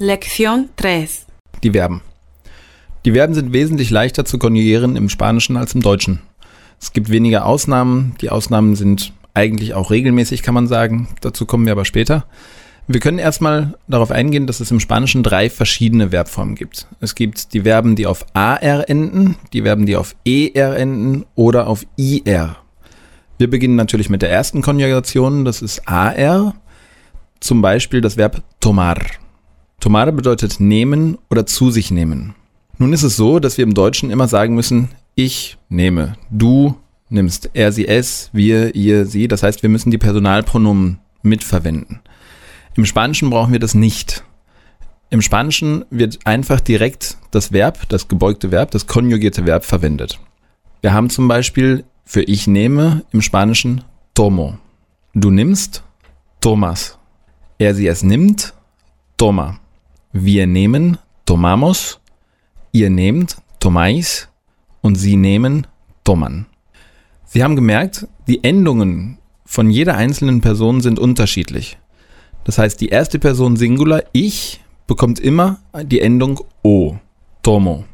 Lección 3. Die Verben. Die Verben sind wesentlich leichter zu konjugieren im Spanischen als im Deutschen. Es gibt weniger Ausnahmen. Die Ausnahmen sind eigentlich auch regelmäßig, kann man sagen. Dazu kommen wir aber später. Wir können erstmal darauf eingehen, dass es im Spanischen 3 verschiedene Verbformen gibt. Es gibt die Verben, die auf AR enden, die Verben, die auf ER enden oder auf IR. Wir beginnen natürlich mit der ersten Konjugation, das ist AR. Zum Beispiel das Verb tomar. Tomar bedeutet nehmen oder zu sich nehmen. Nun ist es so, dass wir im Deutschen immer sagen müssen, ich nehme, du nimmst, er, sie, es, wir, ihr, sie. Das heißt, wir müssen die Personalpronomen mitverwenden. Im Spanischen brauchen wir das nicht. Im Spanischen wird einfach direkt das Verb, das gebeugte Verb, das konjugierte Verb verwendet. Wir haben zum Beispiel für ich nehme im Spanischen tomo. Du nimmst, tomas. Er, sie, es nimmt, toma. Wir nehmen, tomamos. Ihr nehmt, tomáis. Und sie nehmen, toman. Sie haben gemerkt, die Endungen von jeder einzelnen Person sind unterschiedlich. Das heißt, die erste Person Singular, ich, bekommt immer die Endung o, tomo.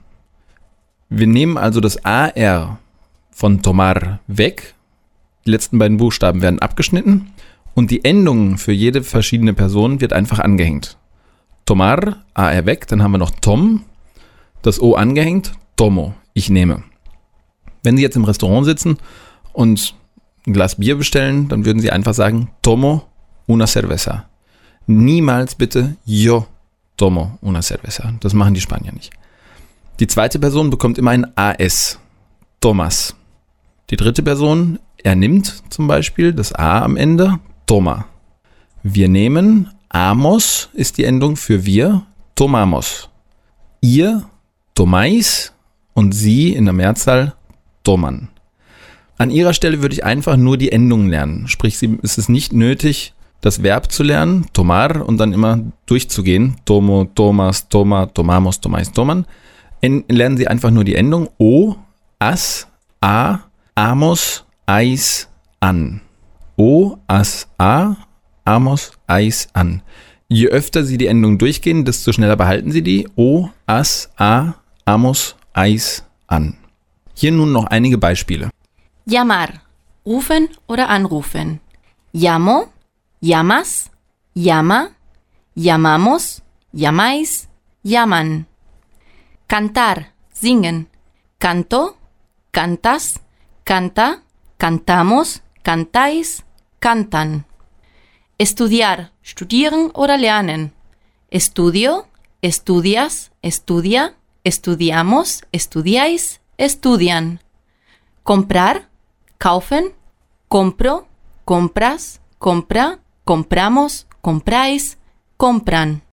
Wir nehmen also das AR von tomar weg. Die letzten beiden Buchstaben werden abgeschnitten und die Endung für jede verschiedene Person wird einfach angehängt. Tomar, AR weg, dann haben wir noch tom, das O angehängt, tomo, ich nehme. Wenn Sie jetzt im Restaurant sitzen und ein Glas Bier bestellen, dann würden Sie einfach sagen, tomo una cerveza. Niemals bitte, yo tomo una cerveza. Das machen die Spanier nicht. Die zweite Person bekommt immer ein AS, Thomas. Die dritte Person, er nimmt zum Beispiel das A am Ende, toma. Wir nehmen, amos ist die Endung für wir, tomamos. Ihr, tomáis und sie in der Mehrzahl, toman. An ihrer Stelle würde ich einfach nur die Endungen lernen. Sprich, es ist nicht nötig, das Verb zu lernen, tomar, und dann immer durchzugehen. Tomo, tomas, toma, tomamos, tomáis, toman. Lernen Sie einfach nur die Endung o, as, a, amos, ais, an. O, as, a, amos, ais, an. Je öfter Sie die Endung durchgehen, desto schneller behalten Sie die. O, as, a, amos, ais, an. Hier nun noch einige Beispiele. Llamar. Rufen oder anrufen. Llamo, llamas, llama, llamamos, llamáis, llaman. Cantar. Singen. Canto, cantas, canta, cantamos, cantáis, cantan. Estudiar, studieren oder lernen. Estudio, estudias, estudia, estudiamos, estudiáis, estudian. Comprar, kaufen, compro, compras, compra, compramos, compráis, compran.